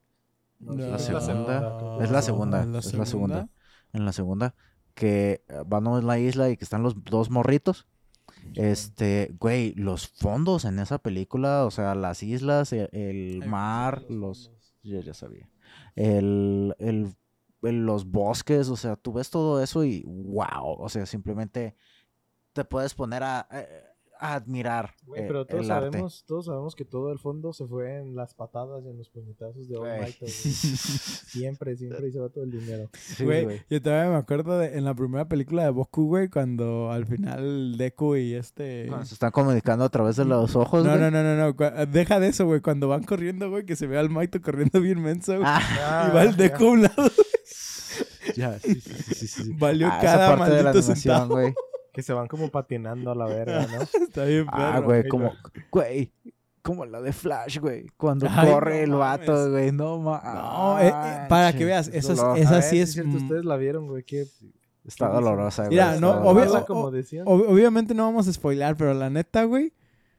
No, la sí, segunda, creo que es la no. segunda, ¿la es la segunda, en la segunda, que eh, van a la isla y que están los dos morritos. Este, güey, los fondos en esa película, o sea, las islas, el, el Ay, mar, los los, fondos. yo ya sabía, el, el, el- los bosques, o sea, tú ves todo eso y wow, o sea, simplemente te puedes poner a, a- a admirar Güey, eh, pero todos el arte. sabemos, todos sabemos que todo el fondo se fue en las patadas y en los puñetazos de All Güey. Might, güey. Siempre, siempre ahí se va todo el dinero. Sí, Güey, güey. yo todavía me acuerdo de en la primera película de Boku, güey, cuando al final Deku y este... Cuando se están comunicando a través de los ojos, No, güey. no, no, no, no. cua- Deja de eso, güey. Cuando van corriendo, güey, que se ve al Maito corriendo bien menso, güey. Ah, Y va el Deku a un lado. ya, sí, sí, sí, sí, sí. Valió Ah, esa cada parte de la maldito animación, centavo. güey. Que se van como patinando a la verga, ¿no? Está bien, Ah, perro. güey, y como, luego- güey, como la de Flash, güey. Cuando Ay, corre no el vato, mames. güey, no mames. No, eh, eh, para que veas, esa es- dolor. esa A ver, sí es, cierto, mm, ustedes la vieron, güey. ¿Qué, Está ¿qué dicen? dolorosa, güey. Mira, está no, dolorosa. obvio- Mala, o- como o- decían. ob- obviamente no vamos a spoilar, pero la neta, güey.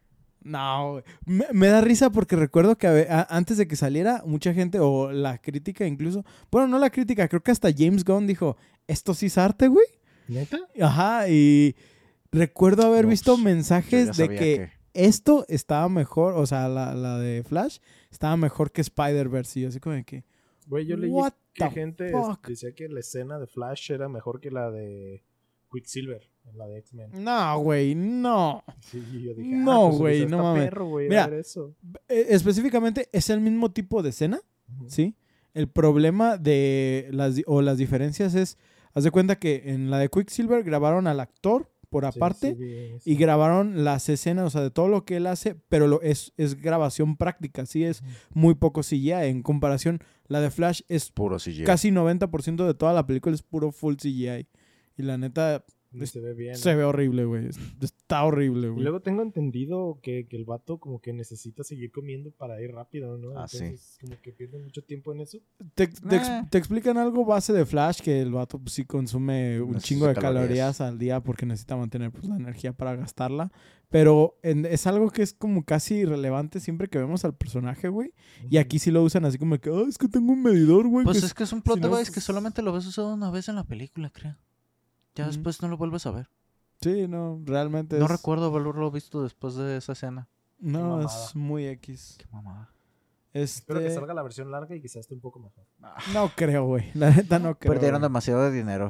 No, güey. Me, me da risa porque recuerdo que a ve- a- antes de que saliera, mucha gente, o la crítica incluso, bueno, no la crítica, creo que hasta James Gunn dijo, ¿esto sí es arte, güey? ¿Neta? Ajá, y recuerdo haber No, visto pues, Yo mensajes ya de sabía que, esto estaba mejor, o sea, la, la de Flash estaba mejor que Spider-Verse. Y yo así como de que, Güey, yo leí What que the gente fuck? decía que la escena de Flash era mejor que la de Quicksilver. en la de X-Men. No, güey, no. Sí, yo dije, No, ah, pues, güey, está no mames. perro, güey, Mira, a ver eso. Eh, específicamente es el mismo tipo de escena, Ujú. ¿sí? El problema de las di- o las diferencias es, haz de cuenta que en la de Quicksilver grabaron al actor por Sí, aparte sí, vi eso. y grabaron las escenas, o sea, de todo lo que él hace, pero lo, es, es grabación práctica, sí, es Ujú. muy poco C G I. En comparación, la de Flash es Puro C G I. casi noventa por ciento de toda la película es puro full C G I. Y la neta, Ni se ve bien. se ¿no? ve horrible, güey. Es- Está horrible, Y güey. luego tengo entendido que, que el vato como que necesita seguir comiendo para ir rápido, ¿no? Ah, sí. Entonces como que pierde mucho tiempo en eso. ¿Te, te ex- Eh. te explican algo base de Flash? Que el vato pues, sí consume un Necesita chingo de calorías. calorías al día porque necesita mantener pues, la energía para gastarla. Pero en- es algo que es como casi irrelevante siempre que vemos al personaje, güey. Y aquí sí lo usan así como que, ah, es que tengo un medidor, güey. Pues que es que es un plot si no- device que solamente lo ves usado una vez en la película, creo. Ya Ujú. después no lo vuelves a ver. Sí, no, realmente No es... recuerdo haberlo visto después de esa escena. No, Qué es mamada. muy X. Qué mamada. Espero que Este... salga la versión larga y quizás esté un poco mejor. No creo, güey. La neta no creo. Perdieron güey. demasiado de dinero.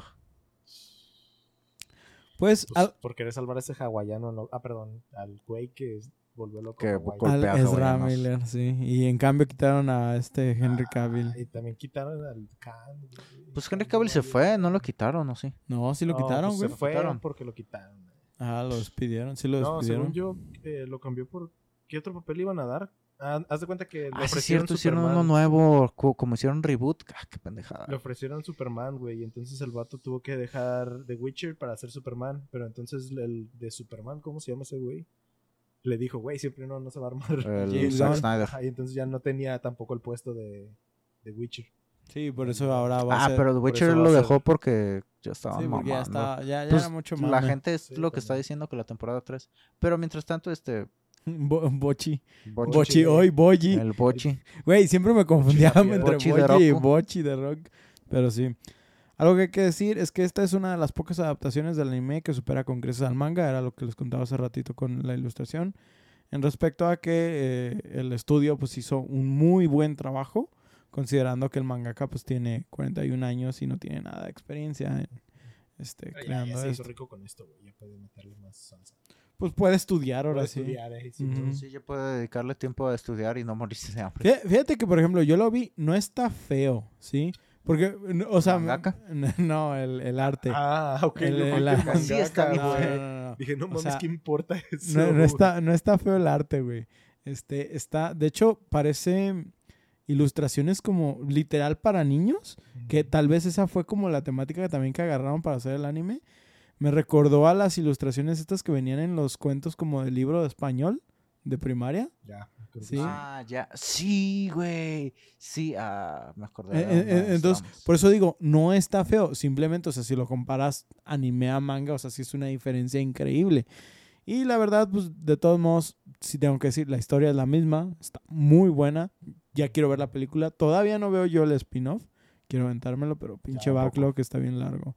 Pues, Pues, al, por querer salvar a ese hawaiano, no- ah, perdón, al güey que es- volvió loco. Que a Hawái. golpea al a Ezra hawaianos. Miller, sí. Y en cambio quitaron a este Henry Cavill. Ah, y también quitaron al Khan. güey. Pues Henry Cavill se fue, no lo quitaron, ¿o sí? No, sí lo No, quitaron, pues güey. Se fue Quitaron. porque lo quitaron. güey. Ah, lo despidieron, sí lo No, despidieron. según yo, eh, lo cambió por... ¿Qué otro papel iban a dar? Ah, haz de cuenta que le Ah, sí, es ofrecieron cierto, hicieron Superman. uno nuevo, co- como hicieron reboot. Ah, qué pendejada. Le ofrecieron Superman, güey, y entonces el vato tuvo que dejar The Witcher para hacer Superman, pero entonces el de Superman, ¿cómo se llama ese güey? Le dijo, güey, siempre no, no se va a armar. El James Zack Gunn. Snyder. Ajá, y entonces ya no tenía tampoco el puesto de, de Witcher. Sí, por eso ahora va a Ah, ser... pero The por Witcher eso va lo a ser- dejó porque ya estaba Sí, porque ya, mamando. está, ya, ya Pues, era mucho la mame. gente es Sí, lo que está también. diciendo que la temporada tres. Pero mientras tanto, este... Bo- Bochi. Bochi, Bochi hoy, Boji. el Bochi. Güey, siempre me confundía Bochi entre Bochi Bochi, de y Roku. Bochi de Rock. Pero sí. Algo que hay que decir es que esta es una de las pocas adaptaciones del anime que supera con creces al manga. Era lo que les contaba hace ratito con la ilustración. En respecto a que eh, el estudio pues hizo un muy buen trabajo, considerando que el mangaka pues tiene cuarenta y un años y no tiene nada de experiencia en este, Pero ya, creando ya se hizo esto. rico con esto, güey, ya puede meterle más salsa. Pues puede estudiar ahora Puede sí. estudiar, eh, sí, Ujú. entonces- Sí, ya puede dedicarle tiempo a estudiar y no morirse de hambre. Fí- Fíjate que, por ejemplo, yo lo vi, no está feo, ¿sí? Porque, n- o sea... ¿Mangaka? n- No, el, el arte. Ah, ok. El- yo el- creo que la- Sí, está bien No, güey. no, no, no. Dije, no O mames, sea, ¿qué importa eso? No, no está, no está feo el arte, güey. Este, está, de hecho, parece ilustraciones como literal para niños, que tal vez esa fue como la temática que también que agarraron para hacer el anime. Me recordó a las ilustraciones estas que venían en los cuentos como del libro de español de primaria. Ya, creo que Sí. Ah, ya. Sí, güey. Sí, ah, me acordé. Eh, de eh, unas entonces, tramas. por eso digo, no está feo. Simplemente, o sea, si lo comparas anime a manga, o sea, sí es una diferencia increíble. Y la verdad, pues, de todos modos, sí tengo que decir, la historia es la misma. Está muy buena. Ya quiero ver la película. Todavía no veo yo el spin-off. Quiero aventármelo, pero pinche tampoco. backlog está bien largo.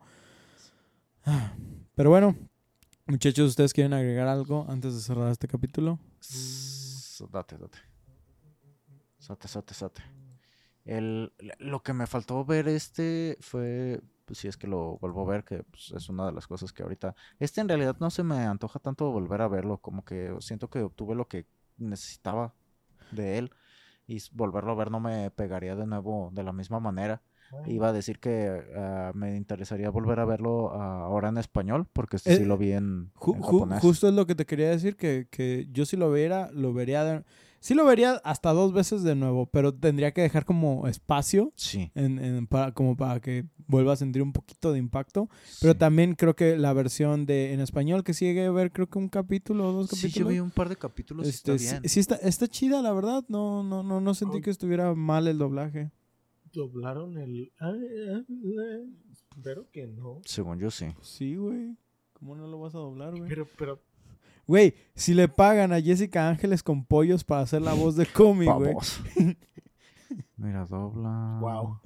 Ah, Pero bueno, muchachos, ¿ustedes quieren agregar algo antes de cerrar este capítulo? S- Date, date. Sote, sote, sote. El, lo que me faltó ver este fue, pues, si es que lo vuelvo a ver, que pues, es una de las cosas que ahorita... Este en realidad no se me antoja tanto volver a verlo, como que siento que obtuve lo que necesitaba de él y s- volverlo a ver no me pegaría de nuevo de la misma manera. Bueno, Iba a decir que ah, me interesaría volver a verlo ah, ahora en español, porque este sí Eh, lo vi en, Ju- en ju- japonés. justo es lo que te quería decir, que, que yo si lo viera, lo vería... de- sí lo vería hasta dos veces de nuevo, pero tendría que dejar como espacio Sí. en, en- para, como para que vuelva a sentir un poquito de impacto. Pero sí. también creo que la versión de en español que sí llegué a ver, creo que un capítulo o dos Sí, capítulos. yo vi un par de capítulos y Este, está sí, bien. sí está, está chida, la verdad. No, no, no, no sentí Oh. que estuviera mal el doblaje. doblaron el... ah, ah, ah, Espero que no. Según yo sí. Sí, güey. ¿Cómo no lo vas a doblar, güey? Pero, pero... Güey, si le pagan a Jessica Ángeles con pollos para hacer la voz de Comi, güey. Vamos. Mira, dobla. Wow.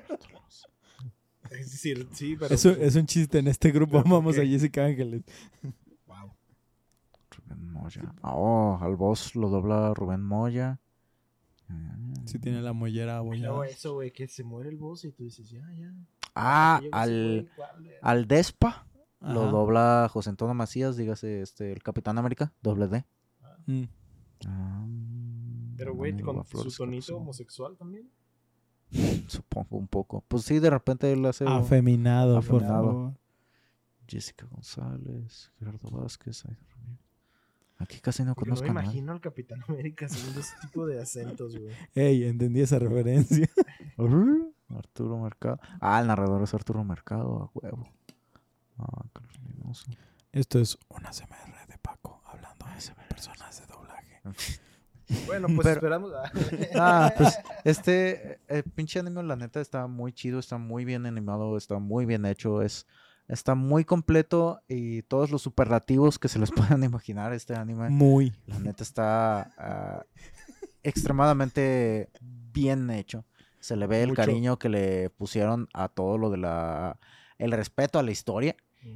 Es decir, sí, pero... Eso es un chiste. En este grupo ¿Pero por amamos qué? a Jessica Ángeles. Wow. Rubén Moya. Ah, Oh, al voz lo dobla Rubén Moya. Si tiene la mollera No, abollada. eso, güey, que se muere el boss y tú dices, ya, ya. Ah, Yo ese al, güey, ¿cuál era? al Despa Lo Ajá. dobla José Antonio Macías, dígase este, el Capitán América, doble D. Mm. Ah, Pero, no, güey, amigo, con a su Flores tonito Capuzón. homosexual también. Supongo un poco. Pues sí, de repente él hace... un- Afeminado, por Afeminado. favor. Jessica González, Gerardo Vázquez. Aida Ramírez. Aquí casi no Porque no me conozco a nadie. imagino al Capitán América haciendo ese tipo de acentos, güey. Ey, entendí esa referencia. Arturo Mercado. Ah, el narrador es Arturo Mercado, a huevo. Ah, Carlos Reynoso. Esto es una C M R de Paco hablando de personas de doblaje. Bueno, pues Pero- esperamos. Ah, pues este eh, pinche anime, la neta, está muy chido, está muy bien animado, está muy bien hecho, es, está muy completo y todos los superlativos que se les puedan imaginar este anime. Muy. La neta está ah, extremadamente bien hecho. Se le ve el Mucho. cariño que le pusieron a todo lo de la... el respeto a la historia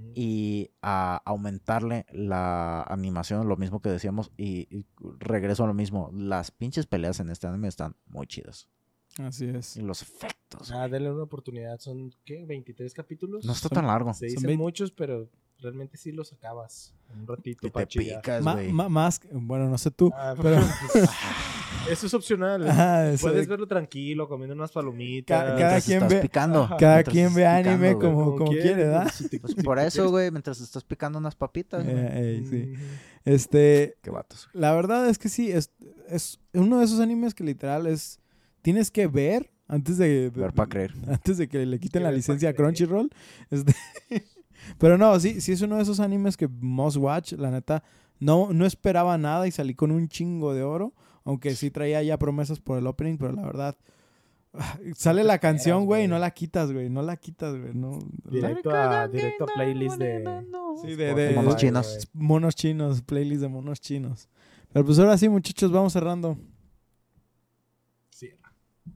y a aumentarle la animación, lo mismo que decíamos, y, y regreso a lo mismo. Las pinches peleas en este anime están muy chidas. Así es. Y los efectos. Ah, denle una oportunidad. Son, ¿qué? ¿veintitrés capítulos? No está son- tan largo. Se son dicen veinte. muchos, pero realmente sí los acabas en un ratito Y para te chillar. picas, Ma- güey. ma- más, que- bueno, no sé tú, Ah, pero... pues, eso es opcional. Ajá, eso Puedes de- verlo tranquilo, comiendo unas palomitas. Ca- cada Mientras quien estás ve- picando. Ajá. Cada Mientras quien estás ve picando, anime güey. como, como quiere, ¿verdad? si te- Pues si por te eso, quieres- güey, mientras estás picando unas papitas, güey. Eh, ey, sí. Ujú. Este, Qué vatos. la verdad es que sí, es, es uno de esos animes que literal es... Tienes que ver antes de... de- Ver para creer. antes de que le quiten Que la ver pa' licencia a creer. Crunchyroll. Este, pero no, sí, sí es uno de esos animes que must watch. La neta, no, no esperaba nada y salí con un chingo de oro. Aunque sí traía ya promesas por el opening, pero la verdad... ah, Sale te la esperas, canción, güey, y no güey. la quitas, güey. No la quitas, güey. No, Directo a, directo a playlist de... Sí, de- de- Monos Spotify, chinos. güey. monos chinos, playlist de monos chinos. Pero pues ahora sí, muchachos, vamos cerrando. Cierra.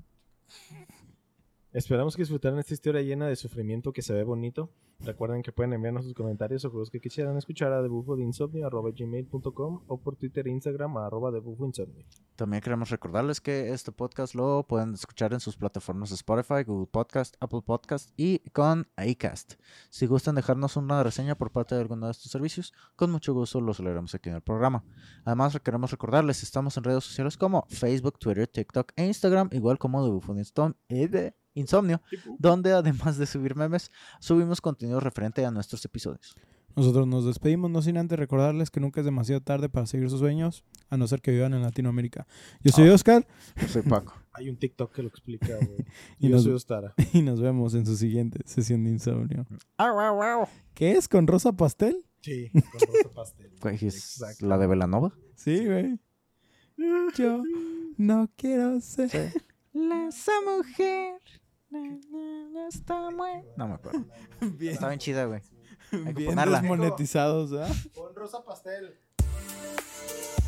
Esperamos que disfrutaran esta historia llena de sufrimiento que se ve bonito. Recuerden que pueden enviarnos sus comentarios o juegos que quisieran escuchar a debufodeinsomnio arroba gmail punto com o por Twitter e Instagram a arroba debufoinsomnio. También queremos recordarles que este podcast lo pueden escuchar en sus plataformas de Spotify, Google Podcast, Apple Podcast y con Acast. Si gustan dejarnos una reseña por parte de alguno de estos servicios, con mucho gusto los leeremos aquí en el programa. Además, queremos recordarles, estamos en redes sociales como Facebook, Twitter, TikTok e Instagram, igual como The Buffoon Instom- eh, de Insomnio, donde además de subir memes, subimos contenido referente a nuestros episodios. Nosotros nos despedimos, no sin antes recordarles que nunca es demasiado tarde para seguir sus sueños, a no ser que vivan en Latinoamérica. Yo soy Ah. Oscar Yo soy Paco. Hay un TikTok que lo explica, güey. Y Yo nos- soy Ostara. y nos vemos en su siguiente sesión de insomnio. ¿Qué es? ¿Con rosa pastel? Sí, con rosa pastel. Güey, es Exacto. la de Belanova. Sí, güey. Yo no quiero ser... Sí. La esa mujer. na, na, na, está muy... No me acuerdo. Bien, Está bien chida, güey. que bien ponerla. desmonetizados, ¿verdad? Con rosa pastel.